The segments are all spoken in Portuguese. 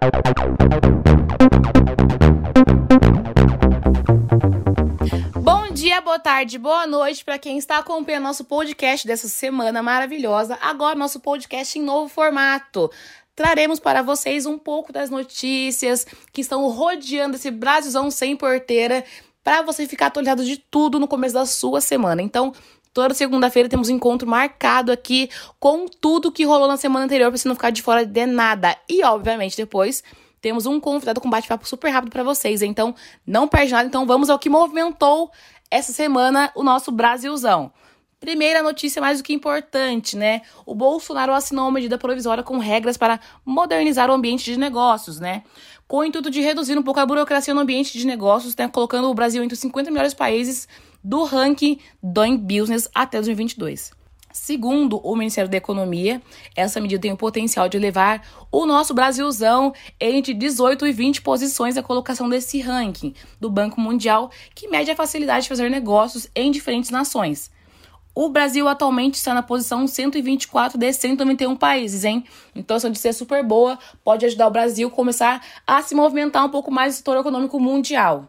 Bom dia, boa tarde, boa noite para quem está acompanhando nosso podcast dessa semana maravilhosa. Agora, nosso podcast em novo formato. Traremos para vocês um pouco das notícias que estão rodeando esse Brasilzão sem porteira para você ficar atualizado de tudo no começo da sua semana. Então, toda segunda-feira temos um encontro marcado aqui com tudo que rolou na semana anterior para você não ficar de fora de nada. E, obviamente, depois temos um convidado com bate-papo super rápido para vocês. Então, não perde nada. Então, vamos ao que movimentou essa semana o nosso Brasilzão. Primeira notícia mais do que importante, né? O Bolsonaro assinou uma medida provisória com regras para modernizar o ambiente de negócios, né? Com o intuito de reduzir um pouco a burocracia no ambiente de negócios, né? Colocando o Brasil entre os 50 melhores países do ranking Doing Business até 2022. Segundo o Ministério da Economia, essa medida tem o potencial de levar o nosso Brasilzão entre 18 e 20 posições da colocação desse ranking do Banco Mundial, que mede a facilidade de fazer negócios em diferentes nações. O Brasil atualmente está na posição 124 de 191 países, hein? Então, essa notícia é super boa, pode ajudar o Brasil a começar a se movimentar um pouco mais no setor econômico mundial.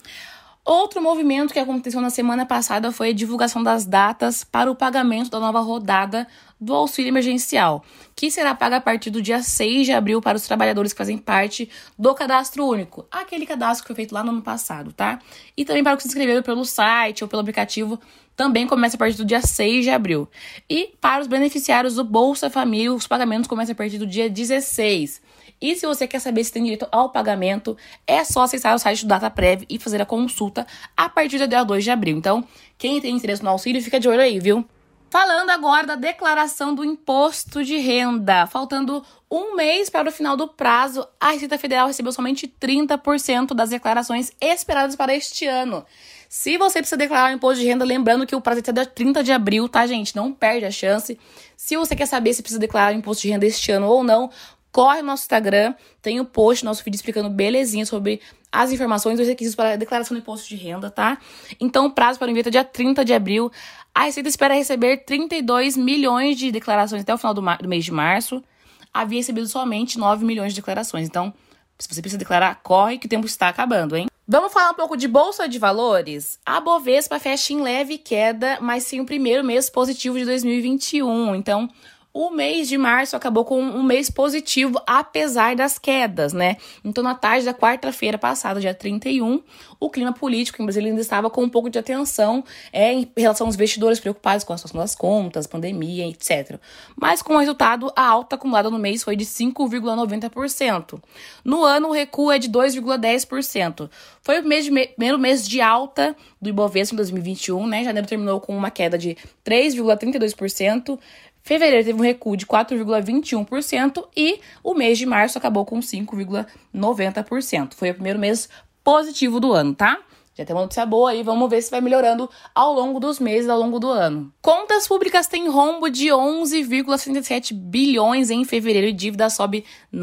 Outro movimento que aconteceu na semana passada foi a divulgação das datas para o pagamento da nova rodada do auxílio emergencial, que será paga a partir do dia 6 de abril para os trabalhadores que fazem parte do Cadastro Único, aquele cadastro que foi feito lá no ano passado, tá? E também para os que se inscreveram pelo site ou pelo aplicativo, também começa a partir do dia 6 de abril. E para os beneficiários do Bolsa Família, os pagamentos começam a partir do dia 16. E se você quer saber se tem direito ao pagamento, é só acessar o site do DataPrev e fazer a consulta a partir do dia 2 de abril. Então, quem tem interesse no auxílio, fica de olho aí, viu? Falando agora da declaração do imposto de renda. Faltando um mês para o final do prazo, a Receita Federal recebeu somente 30% das declarações esperadas para este ano. Se você precisa declarar o imposto de renda, lembrando que o prazo é até dia 30 de abril, tá, gente? Não perde a chance. Se você quer saber se precisa declarar o imposto de renda este ano ou não, corre no nosso Instagram, tem o post, nosso vídeo explicando belezinha sobre as informações e os requisitos para a declaração do imposto de renda, tá? Então, o prazo para o envio é dia 30 de abril. A Receita espera receber 32 milhões de declarações até o final do mês de março. Havia recebido somente 9 milhões de declarações. Então, se você precisa declarar, corre que o tempo está acabando, hein? Vamos falar um pouco de Bolsa de Valores? A Bovespa fecha em leve queda, mas sim o primeiro mês positivo de 2021. Então, o mês de março acabou com um mês positivo, apesar das quedas, né? Então, na tarde da quarta-feira passada, dia 31, o clima político em Brasília ainda estava com um pouco de atenção em relação aos investidores preocupados com a situação das contas, pandemia, etc. Mas, com o resultado, a alta acumulada no mês foi de 5,90%. No ano, o recuo é de 2,10%. Foi o primeiro mês de alta do Ibovespa em 2021, né? Janeiro terminou com uma queda de 3,32%. Fevereiro teve um recuo de 4,21% e o mês de março acabou com 5,90%. Foi o primeiro mês positivo do ano, tá? Já tem uma notícia boa aí, vamos ver se vai melhorando ao longo dos meses, ao longo do ano. Contas públicas têm rombo de 11,67 bilhões em fevereiro e dívida sobe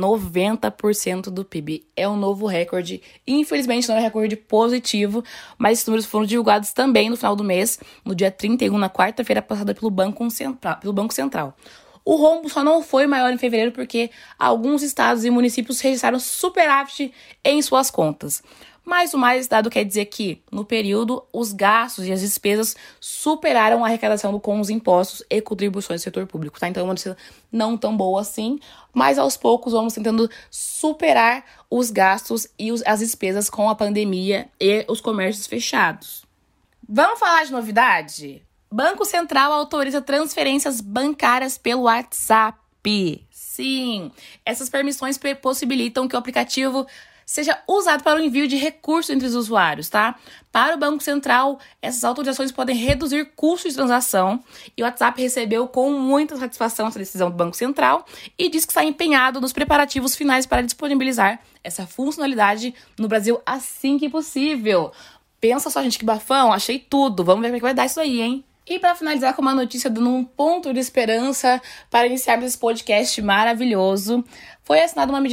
90% do PIB. É um novo recorde. Infelizmente não é recorde positivo, mas esses números foram divulgados também no final do mês, no dia 31, na quarta-feira passada pelo Banco Central. O rombo só não foi maior em fevereiro porque alguns estados e municípios registraram superávit em suas contas. Mas o mais dado quer dizer que, no período, os gastos e as despesas superaram a arrecadação com os impostos e contribuições do setor público, tá? Então, é uma notícia não tão boa assim, mas aos poucos vamos tentando superar os gastos e as despesas com a pandemia e os comércios fechados. Vamos falar de novidade? Banco Central autoriza transferências bancárias pelo WhatsApp. Sim, essas permissões possibilitam que o aplicativo seja usado para o envio de recursos entre os usuários, tá? Para o Banco Central, essas autorizações podem reduzir custos de transação e o WhatsApp recebeu com muita satisfação essa decisão do Banco Central e diz que está empenhado nos preparativos finais para disponibilizar essa funcionalidade no Brasil assim que possível. Pensa só, gente, que bafão, achei tudo. Vamos ver como é que vai dar isso aí, hein? E para finalizar com uma notícia dando um ponto de esperança para iniciarmos esse podcast maravilhoso, foi assinada uma medida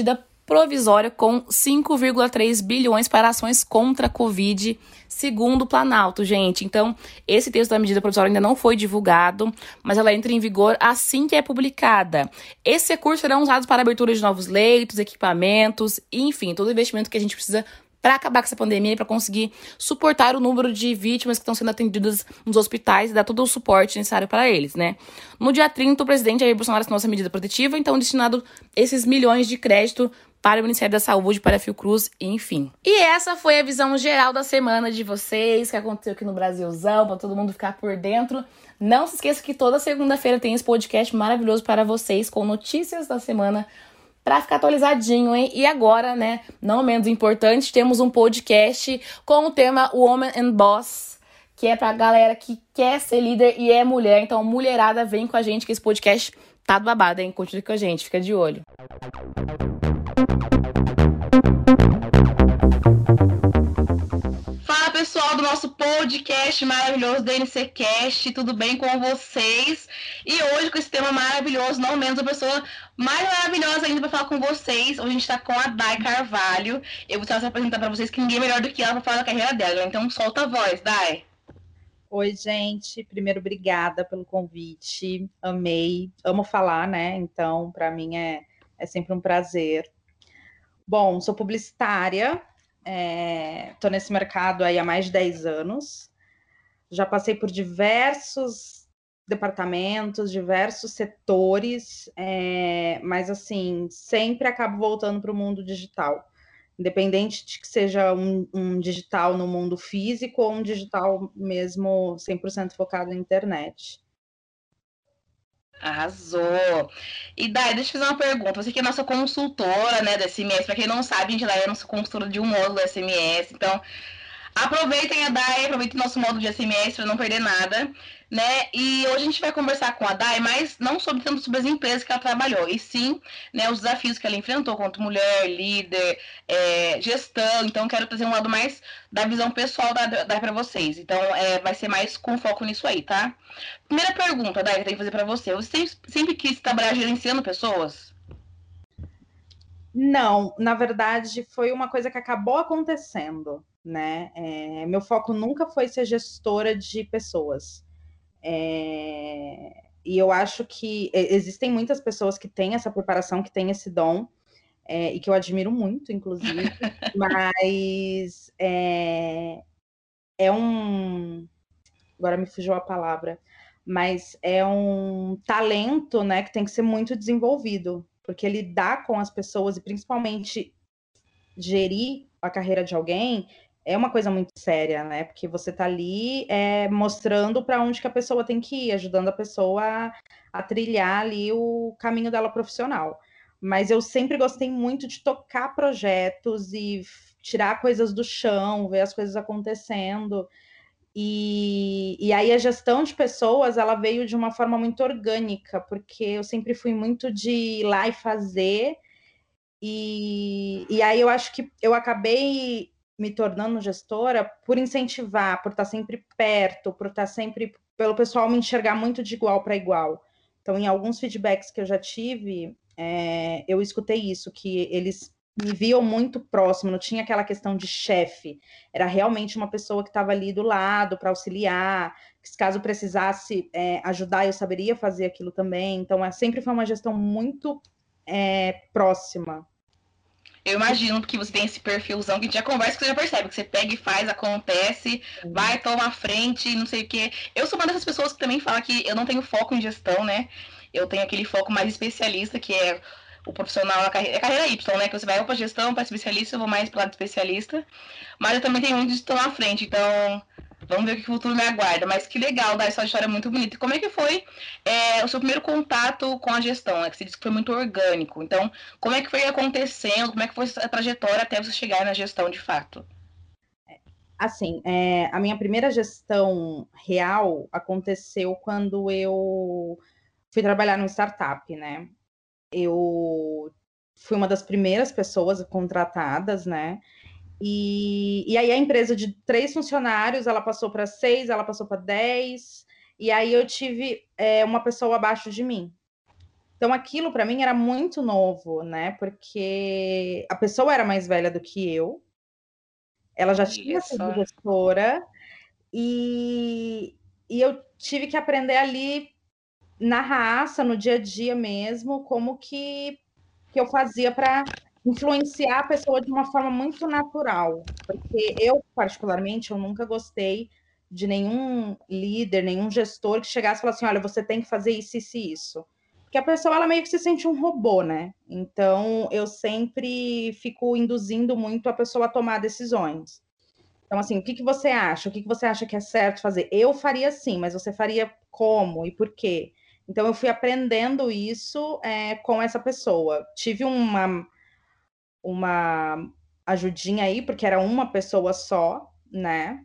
provisória com 5,3 bilhões para ações contra a Covid, segundo o Planalto, gente. Então, esse texto da medida provisória ainda não foi divulgado, mas ela entra em vigor assim que é publicada. Esses recursos serão usados para a abertura de novos leitos, equipamentos, enfim, todo investimento que a gente precisa para acabar com essa pandemia e para conseguir suportar o número de vítimas que estão sendo atendidas nos hospitais e dar todo o suporte necessário para eles, né? No dia 30, o presidente Jair Bolsonaro assinou essa medida protetiva, então destinado esses milhões de crédito para o Ministério da Saúde, para a Fiocruz, enfim. E essa foi a visão geral da semana de vocês, que aconteceu aqui no Brasilzão, para todo mundo ficar por dentro. Não se esqueça que toda segunda-feira tem esse podcast maravilhoso para vocês, com notícias da semana, para ficar atualizadinho, hein? E agora, né, não menos importante, temos um podcast com o tema Woman and Boss, que é pra galera que quer ser líder e é mulher. Então, mulherada, vem com a gente, que esse podcast tá do babado, hein? Continue com a gente, fica de olho. Fala, pessoal do nosso podcast maravilhoso do NCcast, tudo bem com vocês? E hoje com esse tema maravilhoso, não menos uma pessoa mais maravilhosa ainda para falar com vocês. Hoje a gente tá com a Dai Carvalho. Eu vou se apresentar para vocês que ninguém é melhor do que ela para falar da carreira dela. Então solta a voz, Dai. Oi, gente. Primeiro, obrigada pelo convite. Amei. Amo falar, né? Então, para mim é sempre um prazer. Bom, sou publicitária. Tô nesse mercado aí há mais de 10 anos. Já passei por diversos departamentos, diversos setores, mas assim, sempre acabo voltando para o mundo digital. Independente de que seja um digital no mundo físico ou um digital mesmo 100% focado na internet. Arrasou! E Dai, deixa eu fazer uma pergunta. Você que é nossa consultora, né, da SMS. Para quem não sabe, a gente lá é nossa consultora de um módulo da SMS. Então, aproveitem a Dai, aproveitem o nosso módulo de SMS para não perder nada, né? E hoje a gente vai conversar com a Dai, mas não tanto sobre as empresas que ela trabalhou, e sim, né, os desafios que ela enfrentou quanto mulher, líder, gestão. Então, quero trazer um lado mais da visão pessoal da Dai para vocês. Então, vai ser mais com foco nisso aí, tá? Primeira pergunta, Dai, que eu tenho que fazer para você. Você sempre quis trabalhar gerenciando pessoas? Não, na verdade, foi uma coisa que acabou acontecendo, né? Meu foco nunca foi ser gestora de pessoas. E eu acho que existem muitas pessoas que têm essa preparação, que têm esse dom, e que eu admiro muito, inclusive, mas agora me fugiu a palavra, mas é um talento, né, que tem que ser muito desenvolvido, porque lidar com as pessoas e principalmente gerir a carreira de alguém é uma coisa muito séria, né? Porque você está ali mostrando para onde que a pessoa tem que ir, ajudando a pessoa a trilhar ali o caminho dela profissional. Mas eu sempre gostei muito de tocar projetos e tirar coisas do chão, ver as coisas acontecendo. E aí a gestão de pessoas, ela veio de uma forma muito orgânica, porque eu sempre fui muito de ir lá e fazer. E aí eu acho que eu acabei me tornando gestora por incentivar, por estar sempre perto, por estar sempre, pelo pessoal me enxergar muito de igual para igual. Então, em alguns feedbacks que eu já tive, eu escutei isso, que eles me viam muito próximo, não tinha aquela questão de chefe, era realmente uma pessoa que estava ali do lado para auxiliar, que se caso precisasse ajudar, eu saberia fazer aquilo também. Então, sempre foi uma gestão muito próxima. Eu imagino que você tem esse perfilzão que já conversa, que você já percebe, que você pega e faz, acontece, vai, toma a frente, não sei o quê. Eu sou uma dessas pessoas que também fala que eu não tenho foco em gestão, né? Eu tenho aquele foco mais especialista, que é o profissional, a carreira Y, né? Que você vai ou pra gestão, pra especialista, eu vou mais pro lado de especialista. Mas eu também tenho muito de tomar a frente, então vamos ver o que o futuro me aguarda. Mas que legal, dar essa história muito bonita. E como é que foi o seu primeiro contato com a gestão? Né? Que você disse que foi muito orgânico. Então, como é que foi acontecendo? Como é que foi a trajetória até você chegar na gestão de fato? Assim, a minha primeira gestão real aconteceu quando eu fui trabalhar numa startup, né? Eu fui uma das primeiras pessoas contratadas, né? E aí a empresa de 3 funcionários, ela passou para 6, ela passou para 10, e aí eu tive uma pessoa abaixo de mim. Então, aquilo para mim era muito novo, né? Porque a pessoa era mais velha do que eu, ela já tinha sido gestora, e eu tive que aprender ali na raça, no dia a dia mesmo, como que eu fazia para influenciar a pessoa de uma forma muito natural. Porque eu, particularmente, eu nunca gostei de nenhum líder, nenhum gestor que chegasse e falasse assim, olha, você tem que fazer isso, isso e isso. Porque a pessoa, ela meio que se sente um robô, né? Então, eu sempre fico induzindo muito a pessoa a tomar decisões. Então, assim, o que que você acha? O que que você acha que é certo fazer? Eu faria assim, mas você faria como e por quê? Então, eu fui aprendendo isso com essa pessoa. Tive uma ajudinha aí, porque era uma pessoa só, né?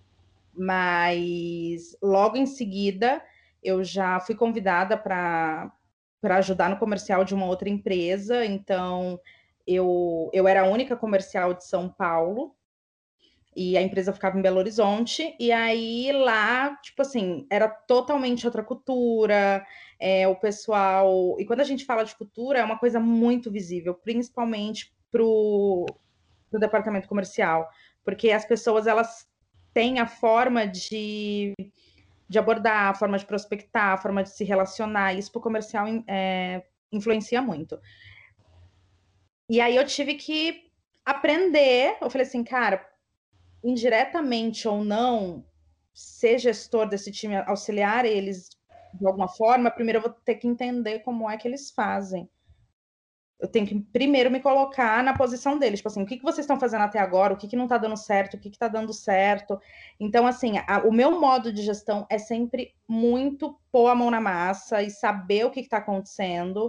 Mas logo em seguida eu já fui convidada para ajudar no comercial de uma outra empresa. Então, eu era a única comercial de São Paulo e a empresa ficava em Belo Horizonte, e aí lá, tipo assim, era totalmente outra cultura, o pessoal. E quando a gente fala de cultura, é uma coisa muito visível, principalmente pro departamento comercial, porque as pessoas elas têm a forma de abordar, a forma de prospectar, a forma de se relacionar, isso pro comercial influencia muito. E aí eu tive que aprender, eu falei assim, cara, indiretamente ou não, ser gestor desse time, auxiliar eles de alguma forma, primeiro eu vou ter que entender como é que eles fazem. Eu tenho que primeiro me colocar na posição deles, tipo assim, o que vocês estão fazendo até agora, o que não tá dando certo, o que tá dando certo. Então, assim, o meu modo de gestão é sempre muito pôr a mão na massa e saber o que tá acontecendo,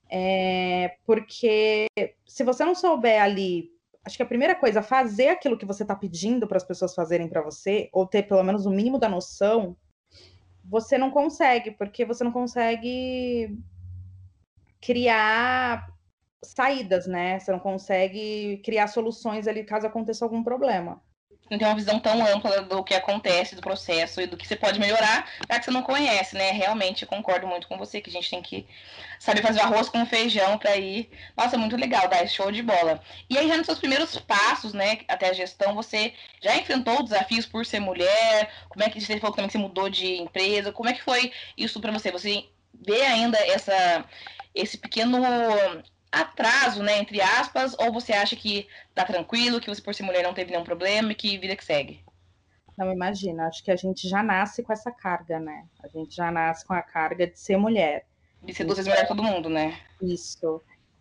porque se você não souber ali, acho que a primeira coisa, fazer aquilo que você está pedindo para as pessoas fazerem para você, ou ter pelo menos o mínimo da noção, você não consegue, porque você não consegue criar saídas, né? Você não consegue criar soluções ali caso aconteça algum problema. Não tem uma visão tão ampla do que acontece, do processo e do que você pode melhorar, já que você não conhece, né? Realmente, eu concordo muito com você, que a gente tem que saber fazer o arroz com feijão para ir. Nossa, muito legal, Dai, show de bola. E aí, já nos seus primeiros passos, né, até a gestão, você já enfrentou desafios por ser mulher? Como é que você falou também que você mudou de empresa? Como é que foi isso para você? Você vê ainda esse pequeno atraso, né, entre aspas, ou você acha que tá tranquilo, que você por ser mulher não teve nenhum problema e que vida que segue? Não, imagina, acho que a gente já nasce com essa carga, né? A gente já nasce com a carga de ser mulher. De ser 2 vezes melhor que todo mundo, né? Isso.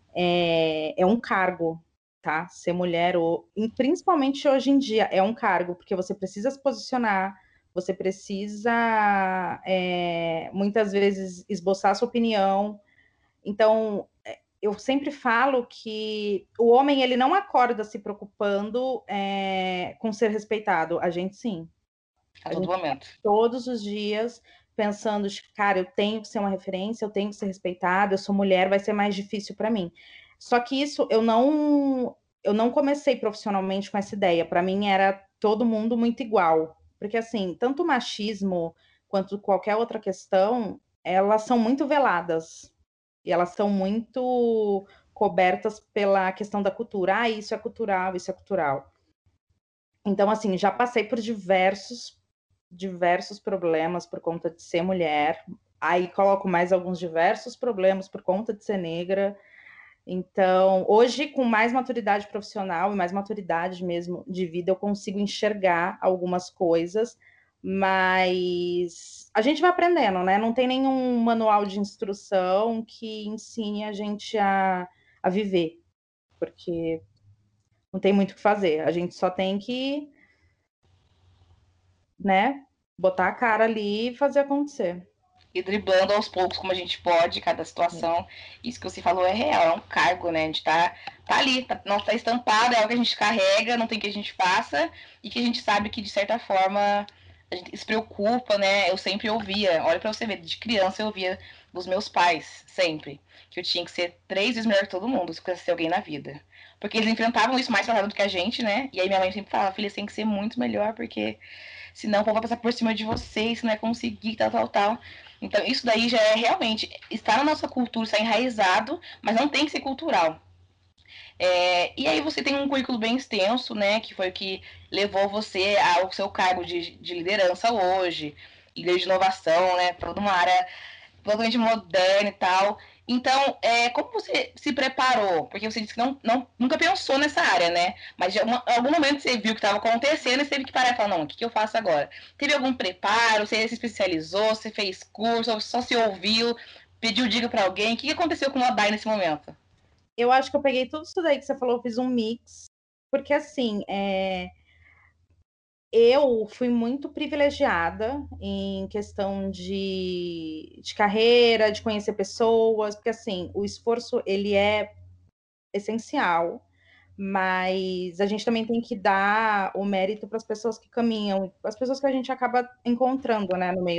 É um cargo, tá? Ser mulher, principalmente hoje em dia, é um cargo, porque você precisa se posicionar, você precisa, muitas vezes, esboçar a sua opinião. Então, eu sempre falo que o homem, ele não acorda se preocupando com ser respeitado. A gente, sim. A todo momento. Todos os dias pensando, cara, eu tenho que ser uma referência, eu tenho que ser respeitada, eu sou mulher, vai ser mais difícil para mim. Só que isso eu não comecei profissionalmente com essa ideia. Para mim era todo mundo muito igual, porque assim, tanto o machismo quanto qualquer outra questão, elas são muito veladas e elas são muito cobertas pela questão da cultura. Ah, isso é cultural, isso é cultural. Então, assim, já passei por diversos problemas por conta de ser mulher. Aí coloco mais alguns diversos problemas por conta de ser negra. Então, hoje, com mais maturidade profissional e mais maturidade mesmo de vida, eu consigo enxergar algumas coisas, mas a gente vai aprendendo, né? Não tem nenhum manual de instrução que ensine a gente a viver, porque não tem muito o que fazer. A gente só tem que, né, botar a cara ali e fazer acontecer. E driblando aos poucos como a gente pode, cada situação. Isso que você falou é real, é um cargo, né? A gente tá ali, não tá estampado, é algo que a gente carrega, não tem que a gente faça, e que a gente sabe que, de certa forma, a gente se preocupa, né? Eu sempre ouvia, olha pra você ver, de criança eu ouvia dos meus pais, sempre, que eu tinha que ser 3 vezes melhor que todo mundo se quisesse ter alguém na vida. Porque eles enfrentavam isso mais pesado do que a gente, né? E aí minha mãe sempre falava, filha, você tem que ser muito melhor, porque senão o povo vai passar por cima de você, você não vai conseguir, tal, tal, tal. Então, isso daí já é realmente, está na nossa cultura, está enraizado, mas não tem que ser cultural. E aí você tem um currículo bem extenso, né, que foi o que levou você ao seu cargo de liderança hoje, líder de inovação, né, toda uma área totalmente moderna e tal. Então, como você se preparou? Porque você disse que nunca pensou nessa área, né? Mas em algum momento você viu o que estava acontecendo e você teve que parar e falar, não, o que eu faço agora? Teve algum preparo? Você se especializou? Você fez curso? Ou só se ouviu? Pediu dica para alguém? O que aconteceu com a Dai nesse momento? Eu acho que eu peguei tudo isso daí que você falou, fiz um mix, porque assim, eu fui muito privilegiada em questão de carreira, de conhecer pessoas, porque assim, o esforço ele é essencial, mas a gente também tem que dar o mérito para as pessoas que caminham, as pessoas que a gente acaba encontrando, né, no meio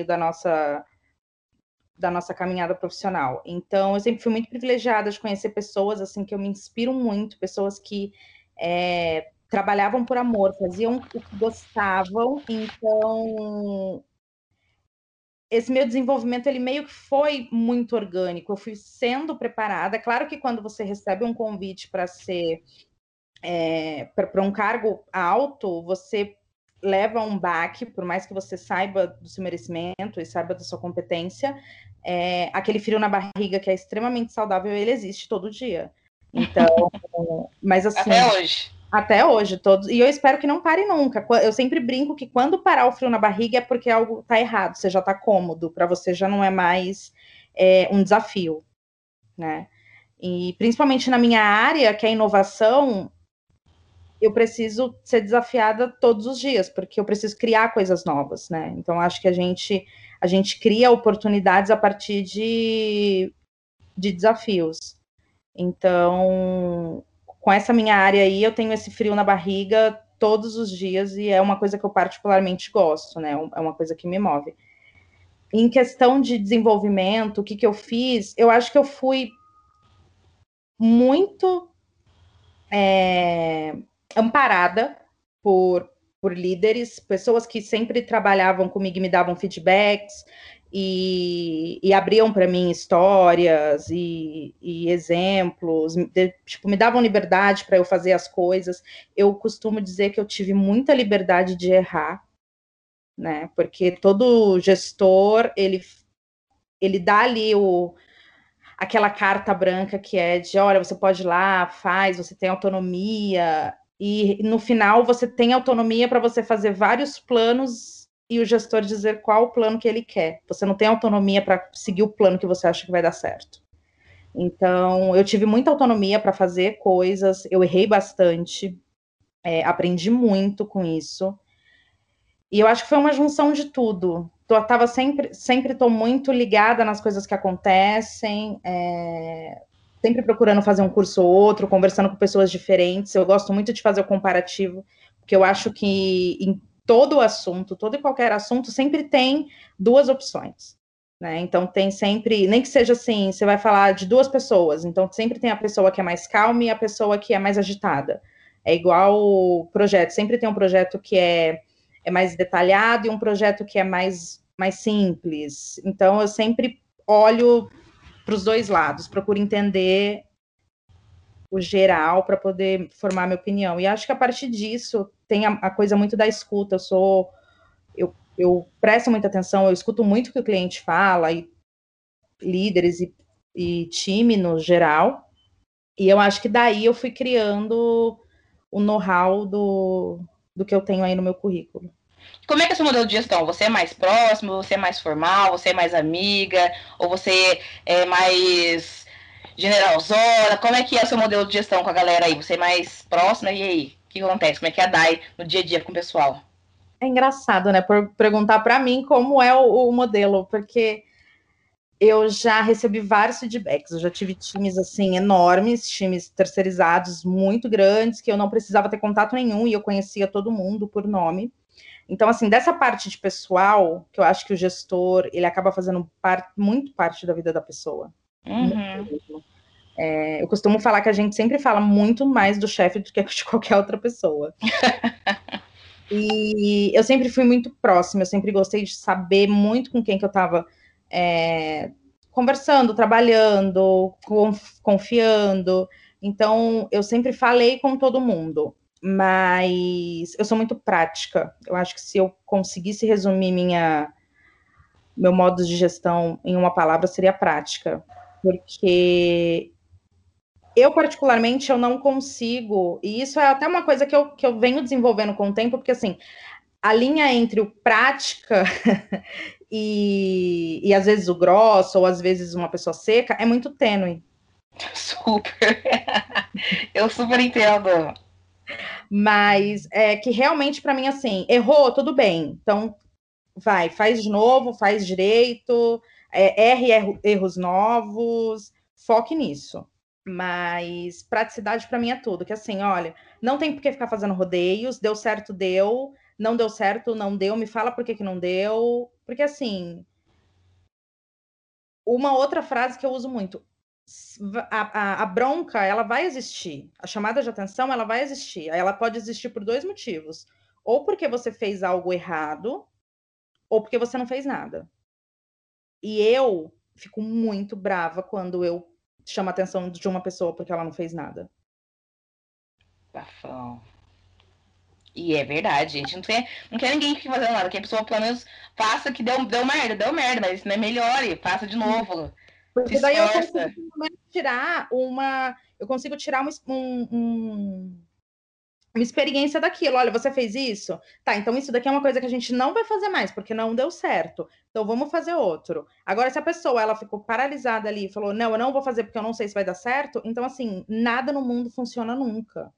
da nossa caminhada profissional. Então, eu sempre fui muito privilegiada de conhecer pessoas assim que eu me inspiro muito, pessoas que trabalhavam por amor, faziam o que gostavam. Então, esse meu desenvolvimento ele meio que foi muito orgânico. Eu fui sendo preparada. Claro que quando você recebe um convite para ser para um cargo alto, você leva um baque, por mais que você saiba do seu merecimento e saiba da sua competência, aquele frio na barriga que é extremamente saudável, ele existe todo dia. Então, mas assim, até hoje, todos, e eu espero que não pare nunca. Eu sempre brinco que quando parar o frio na barriga é porque algo tá errado, você já tá cômodo, para você já não é mais um desafio, né? E principalmente na minha área, que é inovação, eu preciso ser desafiada todos os dias, porque eu preciso criar coisas novas, né? Então, acho que a gente cria oportunidades a partir de desafios. Então, com essa minha área aí, eu tenho esse frio na barriga todos os dias e é uma coisa que eu particularmente gosto, né? É uma coisa que me move. Em questão de desenvolvimento, o que eu fiz? Eu acho que eu fui muito amparada por líderes, pessoas que sempre trabalhavam comigo e me davam feedbacks e abriam para mim histórias e exemplos, tipo, me davam liberdade para eu fazer as coisas. Eu costumo dizer que eu tive muita liberdade de errar, né? Porque todo gestor, ele dá ali aquela carta branca que é de, olha, você pode ir lá, faz, você tem autonomia, e no final você tem autonomia para você fazer vários planos e o gestor dizer qual o plano que ele quer. Você não tem autonomia para seguir o plano que você acha que vai dar certo. Então, eu tive muita autonomia para fazer coisas, eu errei bastante, aprendi muito com isso. E eu acho que foi uma junção de tudo. Eu tava sempre tô muito ligada nas coisas que acontecem, sempre procurando fazer um curso ou outro, conversando com pessoas diferentes. Eu gosto muito de fazer o comparativo, porque eu acho que em todo assunto, todo e qualquer assunto, sempre tem duas opções. Né? Então tem sempre, nem que seja assim, você vai falar de duas pessoas, então sempre tem a pessoa que é mais calma e a pessoa que é mais agitada. É igual o projeto, sempre tem um projeto que é mais detalhado e um projeto que é mais simples. Então, eu sempre olho para os dois lados, procuro entender o geral para poder formar minha opinião. E acho que a partir disso tem a coisa muito da escuta. Eu presto muita atenção, eu escuto muito o que o cliente fala, e líderes e time no geral. E eu acho que daí eu fui criando o know-how do que eu tenho aí no meu currículo. Como é que é o seu modelo de gestão? Você é mais próximo, você é mais formal, você é mais amiga, ou você é mais generalzona? Como é que é o seu modelo de gestão com a galera aí? Você é mais próxima, e aí? O que acontece? Como é que é a Dai no dia a dia com o pessoal? É engraçado, né, por perguntar para mim como é o modelo, porque eu já recebi vários feedbacks, eu já tive times, assim, enormes, times terceirizados muito grandes, que eu não precisava ter contato nenhum e eu conhecia todo mundo por nome. Então, assim, dessa parte de pessoal, que eu acho que o gestor, ele acaba fazendo muito parte da vida da pessoa. Uhum. Eu costumo falar que a gente sempre fala muito mais do chefe do que de qualquer outra pessoa. E eu sempre fui muito próxima, eu sempre gostei de saber muito com quem que eu estava conversando, trabalhando, confiando. Então, eu sempre falei com todo mundo, mas eu sou muito prática. Eu acho que se eu conseguisse resumir meu modo de gestão em uma palavra, seria prática. Porque eu, particularmente, eu não consigo, e isso é até uma coisa que eu venho desenvolvendo com o tempo, porque, assim, a linha entre o prática e às vezes o grosso, ou às vezes uma pessoa seca, é muito tênue. Super. Eu super entendo. Mas é que realmente, para mim, assim, errou, tudo bem. Então, vai, faz de novo, faz direito, erros novos, foque nisso. Mas praticidade para mim é tudo. Que assim, olha, não tem por que ficar fazendo rodeios, deu certo, deu, não deu certo, não deu, me fala por que não deu. Porque assim, uma outra frase que eu uso muito, a bronca, ela vai existir. A chamada de atenção, ela vai existir. Ela pode existir por dois motivos. Ou porque você fez algo errado, ou porque você não fez nada. E eu fico muito brava quando eu chamo a atenção de uma pessoa porque ela não fez nada. Bafão. E é verdade, gente. Não quer ninguém que fique fazendo nada. Que a pessoa, pelo menos, faça que deu merda, mas né, melhore, faça de novo. Se Porque daí eu consigo esforça. tirar uma. Eu consigo tirar uma experiência daquilo. Olha, você fez isso? Tá, então isso daqui é uma coisa que a gente não vai fazer mais, porque não deu certo. Então vamos fazer outro. Agora, se a pessoa ela ficou paralisada ali e falou, não, eu não vou fazer porque eu não sei se vai dar certo, então assim, nada no mundo funciona nunca.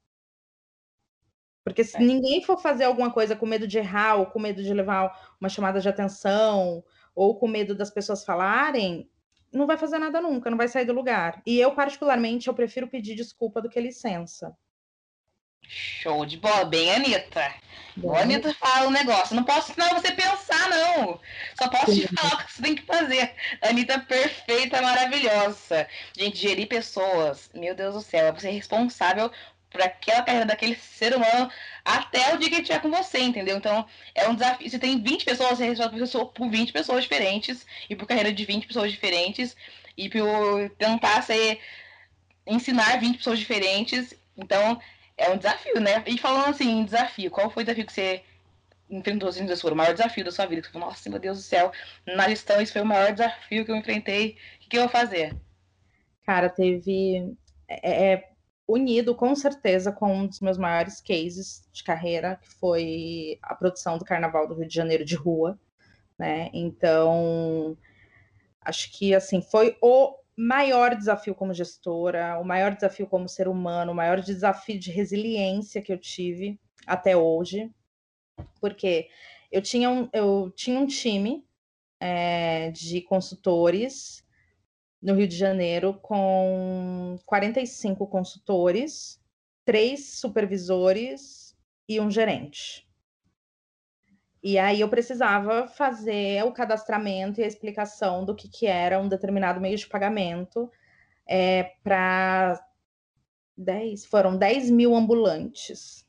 Porque se ninguém for fazer alguma coisa com medo de errar, ou com medo de levar uma chamada de atenção, ou com medo das pessoas falarem, não vai fazer nada nunca, não vai sair do lugar. E eu, particularmente, eu prefiro pedir desculpa do que licença. Show de bola, bem, Anitta. Bom, a Anitta fala um negócio. Não posso ensinar você pensar, não. Só posso te falar o que você tem que fazer. Anitta perfeita, maravilhosa. Gente, gerir pessoas, meu Deus do céu, é você responsável por aquela carreira daquele ser humano até o dia que ele estiver com você, entendeu? Então, é um desafio. Se tem 20 pessoas, você é responsável por 20 pessoas diferentes e por carreira de 20 pessoas diferentes e por tentar ensinar 20 pessoas diferentes. Então, é um desafio, né? E falando assim, em desafio, qual foi o desafio que você enfrentou assim, o maior desafio da sua vida? Que você falou, nossa, meu Deus do céu, na gestão isso foi o maior desafio que eu enfrentei. O que eu vou fazer? Cara, teve. Unido com certeza com um dos meus maiores cases de carreira, que foi a produção do Carnaval do Rio de Janeiro de rua, né? Então, acho que assim foi o maior desafio como gestora, o maior desafio como ser humano, o maior desafio de resiliência que eu tive até hoje, porque eu tinha um time de consultores no Rio de Janeiro com 45 consultores, 3 supervisores e um gerente. E aí eu precisava fazer o cadastramento e a explicação do que era um determinado meio de pagamento para 10, foram 10 mil ambulantes.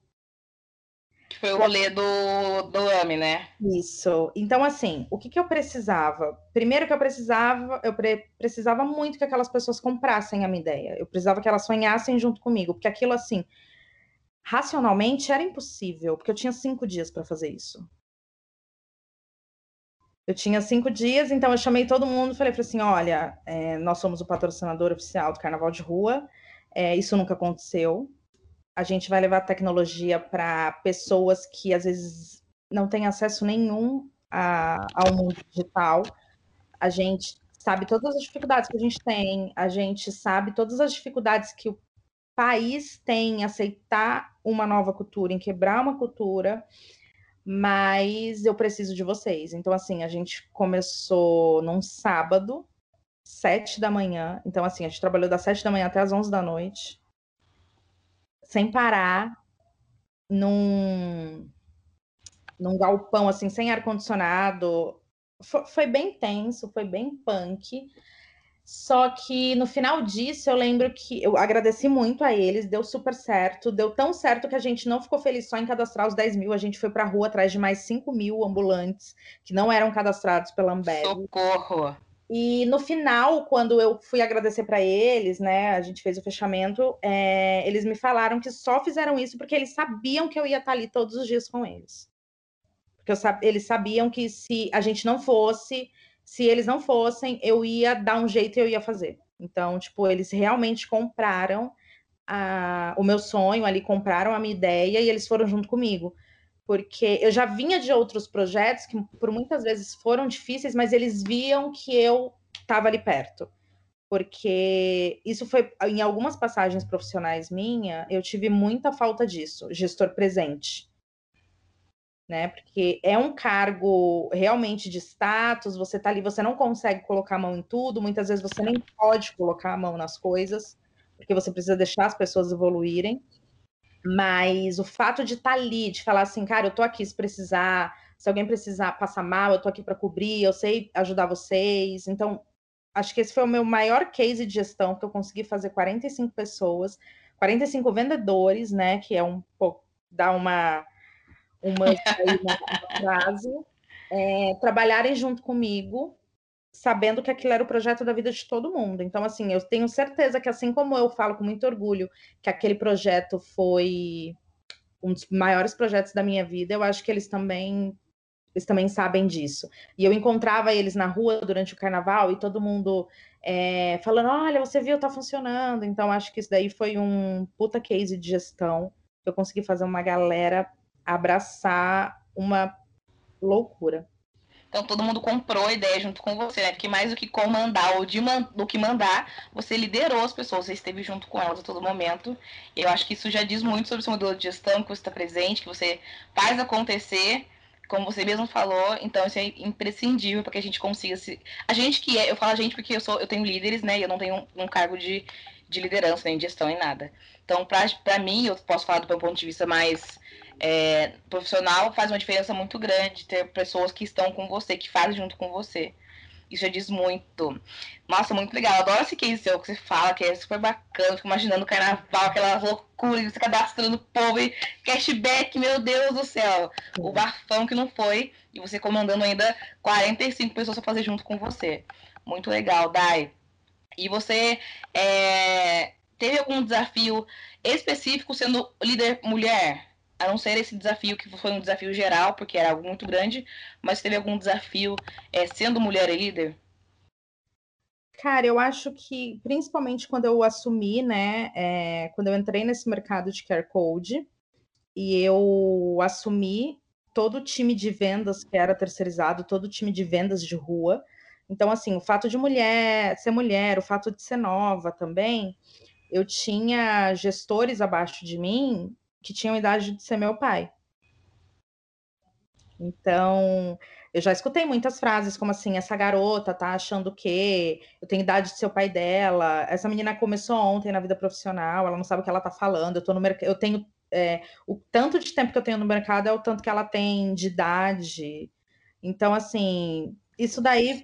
Que foi o rolê do AME, né? Isso. Então, assim, o que eu precisava? Primeiro que eu precisava muito que aquelas pessoas comprassem a minha ideia. Eu precisava que elas sonhassem junto comigo, porque aquilo, assim, racionalmente era impossível, porque eu tinha 5 dias para fazer isso. Eu tinha 5 dias, então eu chamei todo mundo e falei assim: olha, nós somos o patrocinador oficial do Carnaval de Rua, isso nunca aconteceu. A gente vai levar tecnologia para pessoas que às vezes não têm acesso nenhum ao mundo digital. A gente sabe todas as dificuldades que a gente tem, a gente sabe todas as dificuldades que o país tem em aceitar uma nova cultura, em quebrar uma cultura, mas eu preciso de vocês. Então, assim, a gente começou num sábado, 7 da manhã. Então, assim, a gente trabalhou das 7 da manhã até as 11 da noite, sem parar, num galpão, assim, sem ar-condicionado. Foi bem tenso, foi bem punk. Só que no final disso, eu lembro que eu agradeci muito a eles, deu super certo, deu tão certo que a gente não ficou feliz só em cadastrar os 10 mil, a gente foi pra rua atrás de mais 5 mil ambulantes que não eram cadastrados pela Ambev. Socorro! E no final, quando eu fui agradecer para eles, né, a gente fez o fechamento, eles me falaram que só fizeram isso porque eles sabiam que eu ia estar ali todos os dias com eles. Porque eles sabiam que se a gente não fosse, se eles não fossem, eu ia dar um jeito e eu ia fazer. Então, tipo, eles realmente compraram o meu sonho ali, compraram a minha ideia e eles foram junto comigo. Porque eu já vinha de outros projetos que por muitas vezes foram difíceis, mas eles viam que eu estava ali perto. Porque isso foi, em algumas passagens profissionais minha, eu tive muita falta disso, gestor presente. Né? Porque é um cargo realmente de status, você tá ali, você não consegue colocar a mão em tudo, muitas vezes você nem pode colocar a mão nas coisas, porque você precisa deixar as pessoas evoluírem. Mas o fato de estar ali, de falar assim, cara, eu tô aqui se precisar, se alguém precisar passar mal, eu tô aqui para cobrir, eu sei ajudar vocês. Então, acho que esse foi o meu maior case de gestão, que eu consegui fazer 45 pessoas, 45 vendedores, né, que é um pouco, dá uma aí no prazo, trabalharem junto comigo, sabendo que aquilo era o projeto da vida de todo mundo. Então, assim, eu tenho certeza que, assim como eu falo com muito orgulho que aquele projeto foi um dos maiores projetos da minha vida, eu acho que eles também sabem disso. E eu encontrava eles na rua durante o carnaval e todo mundo falando, olha, você viu, tá funcionando. Então, acho que isso daí foi um puta case de gestão. Eu consegui fazer uma galera abraçar uma loucura. Então todo mundo comprou a ideia junto com você, né? Porque mais do que comandar ou do que mandar, você liderou as pessoas, você esteve junto com elas a todo momento. E eu acho que isso já diz muito sobre o seu modelo de gestão, que você está presente, que você faz acontecer, como você mesmo falou. Então isso é imprescindível para que a gente consiga se. A gente que é, eu falo a gente porque eu tenho líderes, né? E eu não tenho um cargo de liderança, nem de gestão, nem nada. Então, para mim, eu posso falar do meu ponto de vista mais profissional, faz uma diferença muito grande ter pessoas que estão com você, que fazem junto com você. Isso já diz muito. Nossa, muito legal. Eu adoro esse case seu que você fala, que é super bacana. Fico imaginando o carnaval, aquela loucura, você cadastrando o povo e cashback, meu Deus do céu. Sim. O bafão que não foi. E você comandando ainda 45 pessoas a fazer junto com você. Muito legal, Dai. E você teve algum desafio específico sendo líder mulher? A não ser esse desafio que foi um desafio geral, porque era algo muito grande, mas teve algum desafio sendo mulher e líder? Cara, eu acho que, principalmente quando eu assumi, né, quando eu entrei nesse mercado de QR Code, e eu assumi todo o time de vendas que era terceirizado, todo o time de vendas de rua. Então, assim, o fato de ser mulher, o fato de ser nova também, eu tinha gestores abaixo de mim que tinham a idade de ser meu pai. Então, eu já escutei muitas frases como assim, essa garota tá achando que eu tenho idade de ser o pai dela, essa menina começou ontem na vida profissional, ela não sabe o que ela tá falando, eu tô no mercado, eu tenho o tanto de tempo que eu tenho no mercado é o tanto que ela tem de idade. Então, assim, isso daí,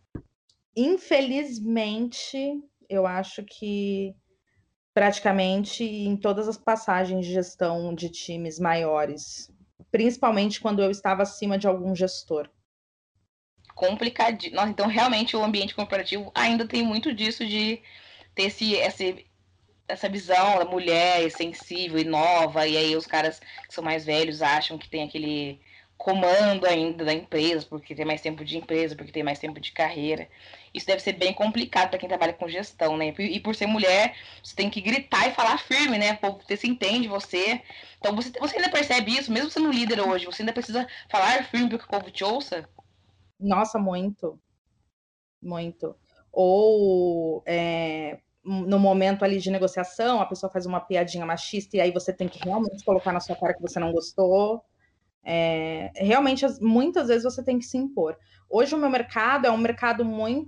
infelizmente, eu acho que praticamente em todas as passagens de gestão de times maiores, principalmente quando eu estava acima de algum gestor. Complicadinho. Nossa, então realmente o ambiente corporativo ainda tem muito disso de ter essa visão da mulher sensível e nova, e aí os caras que são mais velhos acham que tem aquele comando ainda da empresa, porque tem mais tempo de empresa, porque tem mais tempo de carreira. Isso deve ser bem complicado para quem trabalha com gestão, né? E por ser mulher, você tem que gritar e falar firme, né? O povo se entende você. Então você ainda percebe isso, mesmo sendo líder hoje, você ainda precisa falar firme para que o povo te ouça? Nossa, muito. Muito. Ou no momento ali de negociação, a pessoa faz uma piadinha machista e aí você tem que realmente colocar na sua cara que você não gostou. Realmente, muitas vezes você tem que se impor. Hoje o meu mercado é um mercado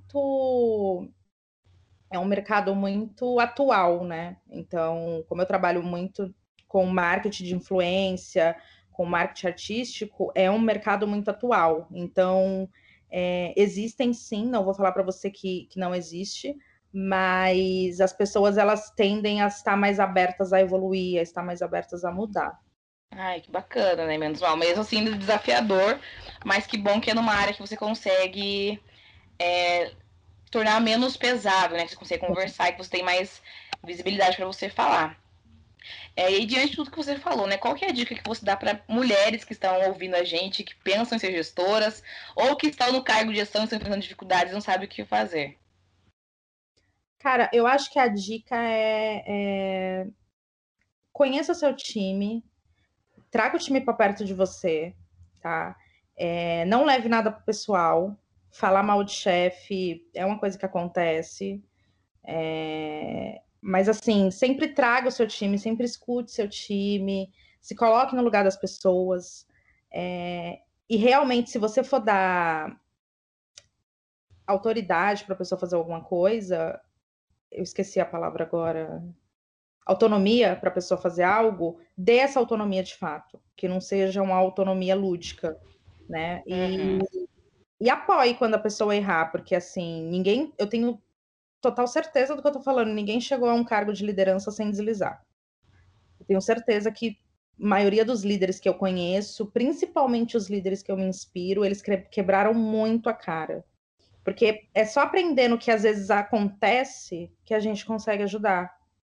muito atual, né? Então, como eu trabalho muito com marketing de influência, com marketing artístico, é um mercado muito atual. Então, Existem sim, não vou falar para você que não existe, mas as pessoas elas tendem a estar mais abertas a evoluir, a estar mais abertas a mudar. Ai, que bacana, né? Menos mal. Mesmo assim, desafiador, mas que bom que é numa área que você consegue tornar menos pesado, né? Que você consegue conversar e que você tem mais visibilidade para você falar. E diante de tudo que você falou, né? Qual que é a dica que você dá para mulheres que estão ouvindo a gente, que pensam em ser gestoras, ou que estão no cargo de gestão e estão enfrentando dificuldades e não sabem o que fazer? Cara, eu acho que a dica é conheça seu time, traga o time para perto de você, tá? Não leve nada pro pessoal. Falar mal de chefe é uma coisa que acontece. Mas assim, sempre traga o seu time, sempre escute seu time, se coloque no lugar das pessoas. E realmente, se você for dar autoridade para a pessoa fazer alguma coisa, eu esqueci a palavra agora, autonomia para a pessoa fazer algo, dê essa autonomia de fato, que não seja uma autonomia lúdica, né? E apoie quando a pessoa errar, porque assim, eu tenho total certeza do que eu tô falando, ninguém chegou a um cargo de liderança sem deslizar. Eu tenho certeza que a maioria dos líderes que eu conheço, principalmente os líderes que eu me inspiro, eles quebraram muito a cara. Porque é só aprendendo que às vezes acontece que a gente consegue ajudar.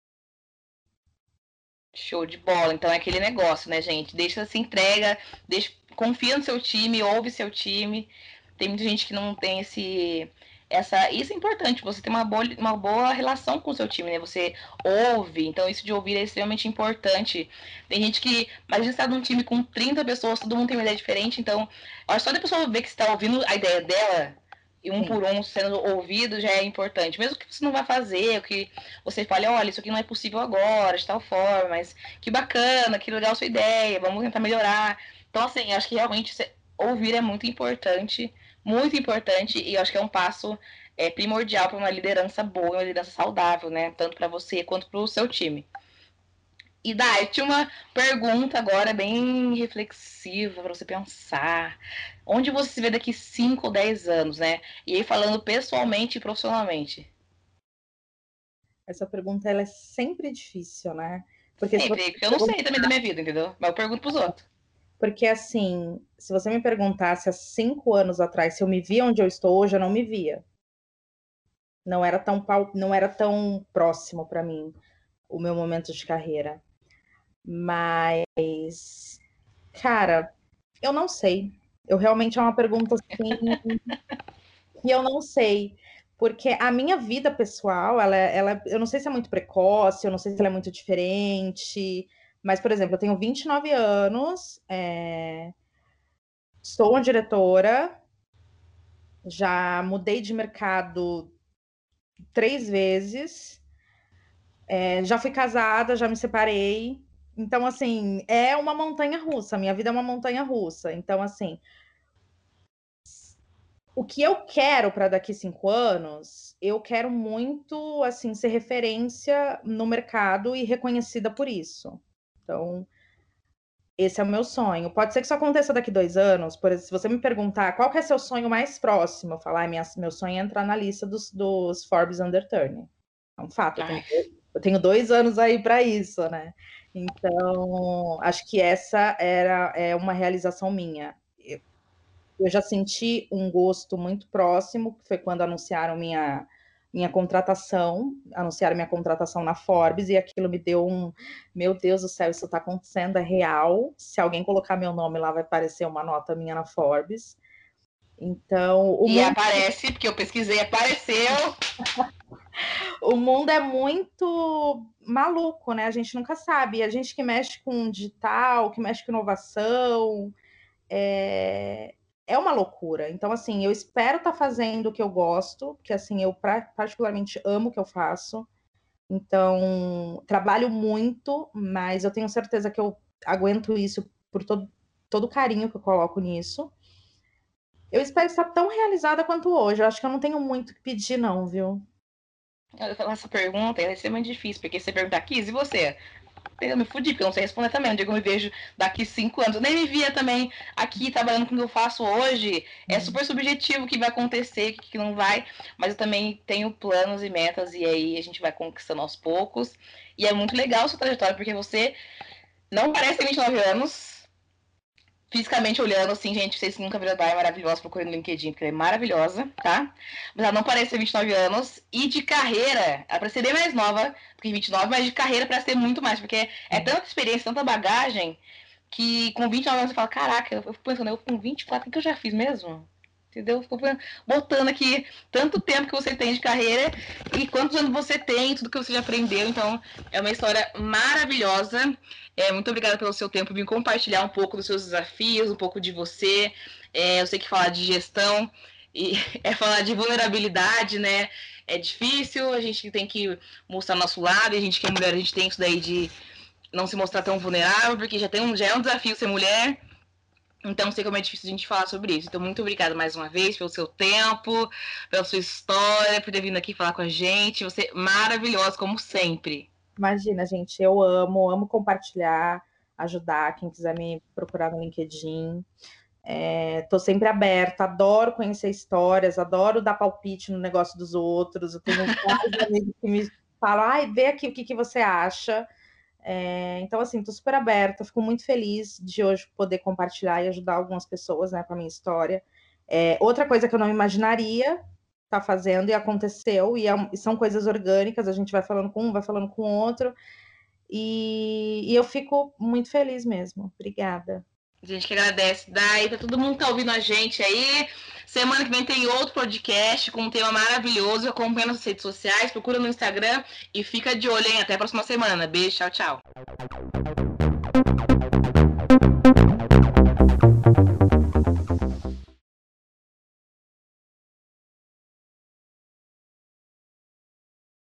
Show de bola. Então é aquele negócio, né, gente? Deixa se entrega, confia no seu time, ouve seu time. Tem muita gente que não tem isso é importante, você tem uma boa relação com o seu time, né? Você ouve, então isso de ouvir é extremamente importante. Tem gente que, imagina você tá num time com 30 pessoas, todo mundo tem uma ideia diferente, então, só da pessoa ver que você tá ouvindo a ideia dela, e um por um sendo ouvido já é importante. Mesmo que você não vai fazer, o que você fale, olha, isso aqui não é possível agora, de tal forma, mas que bacana, que legal a sua ideia, vamos tentar melhorar. Então, assim, acho que realmente ouvir é muito importante, e eu acho que é um passo primordial para uma liderança boa, uma liderança saudável, né? Tanto para você quanto para o seu time. E Dai, tinha uma pergunta agora bem reflexiva para você pensar. Onde você se vê daqui 5 ou 10 anos, né? E aí falando pessoalmente e profissionalmente. Essa pergunta ela é sempre difícil, né? Porque se você Sempre, porque eu não sei também da minha vida, entendeu? Mas eu pergunto pros outros. Porque assim, se você me perguntasse há 5 anos atrás se eu me via onde eu estou hoje, eu não me via. Não era tão próximo para mim o meu momento de carreira. Mas, cara, eu não sei. Eu realmente é uma pergunta assim que eu não sei. Porque a minha vida pessoal, eu não sei se é muito precoce, eu não sei se ela é muito diferente. Mas, por exemplo, eu tenho 29 anos, sou uma diretora, já mudei de mercado 3 vezes, já fui casada, já me separei. Então, assim, é uma montanha russa. Minha vida é uma montanha russa. Então, assim, o que eu quero para daqui 5 anos, eu quero muito, assim, ser referência no mercado e reconhecida por isso. Então, esse é o meu sonho. Pode ser que isso aconteça daqui 2 anos. Por exemplo, se você me perguntar qual que é seu sonho mais próximo, eu falar, meu sonho é entrar na lista dos Forbes Under 30. É um fato, eu tenho 2 anos aí para isso, né? Então, acho que essa é uma realização minha. Eu já senti um gosto muito próximo, que foi quando anunciaram minha contratação, anunciaram minha contratação na Forbes, e aquilo me deu meu Deus do céu, isso está acontecendo, é real. Se alguém colocar meu nome lá, vai aparecer uma nota minha na Forbes. Então, aparece, porque eu pesquisei, apareceu. O mundo é muito maluco, né? A gente nunca sabe. A gente que mexe com digital, que mexe com inovação, é uma loucura. Então, assim, eu espero estar fazendo o que eu gosto, porque, assim, eu particularmente amo o que eu faço. Então, trabalho muito, mas eu tenho certeza que eu aguento isso por todo o carinho que eu coloco nisso. Eu espero estar tão realizada quanto hoje. Eu acho que eu não tenho muito que pedir, não, viu? Essa pergunta é extremamente difícil, porque você pergunta, Kiz, e você? eu me fudi, porque eu não sei responder também. Onde eu me vejo daqui 5 anos. Eu nem me via também aqui trabalhando com o que eu faço hoje. É super subjetivo o que vai acontecer, o que não vai. Mas eu também tenho planos e metas, e aí a gente vai conquistando aos poucos. E é muito legal a sua trajetória, porque você não parece ter 29 anos. Fisicamente olhando, assim, gente, vocês que nunca viram a Dai, é maravilhosa, procurem no LinkedIn, porque ela é maravilhosa, tá? Mas ela não parece ter 29 anos. E de carreira, ela parece ser bem mais nova que 29, mas de carreira parece ter muito mais, porque é tanta experiência, tanta bagagem, que com 29 anos você fala, caraca, eu fico pensando, eu com 24, o que eu já fiz mesmo? Entendeu? Fico botando aqui tanto tempo que você tem de carreira e quantos anos você tem, tudo que você já aprendeu. Então, é uma história maravilhosa. Muito obrigada pelo seu tempo, vir compartilhar um pouco dos seus desafios, um pouco de você. Eu sei que falar de gestão e é falar de vulnerabilidade, né? É difícil, a gente tem que mostrar nosso lado, e a gente que é mulher, a gente tem isso daí de não se mostrar tão vulnerável, porque já é um desafio ser mulher. Então, sei como é difícil a gente falar sobre isso. Então, muito obrigada mais uma vez pelo seu tempo, pela sua história, por ter vindo aqui falar com a gente. Você é maravilhosa, como sempre. Imagina, gente, eu amo compartilhar, ajudar quem quiser me procurar no LinkedIn. Tô sempre aberta, adoro conhecer histórias, adoro dar palpite no negócio dos outros. Eu tenho vários amigos que me falam, ai, vê aqui o que você acha. Então, assim, tô super aberta, fico muito feliz de hoje poder compartilhar e ajudar algumas pessoas, né, com a minha história. Outra coisa que eu não imaginaria estar fazendo e aconteceu, e são coisas orgânicas, a gente vai falando com um, vai falando com o outro, e eu fico muito feliz mesmo. Obrigada. A gente que agradece. Daí, pra todo mundo que tá ouvindo a gente aí. Semana que vem tem outro podcast com um tema maravilhoso. Acompanha nas redes sociais, procura no Instagram e fica de olho, hein? Até a próxima semana. Beijo, tchau, tchau.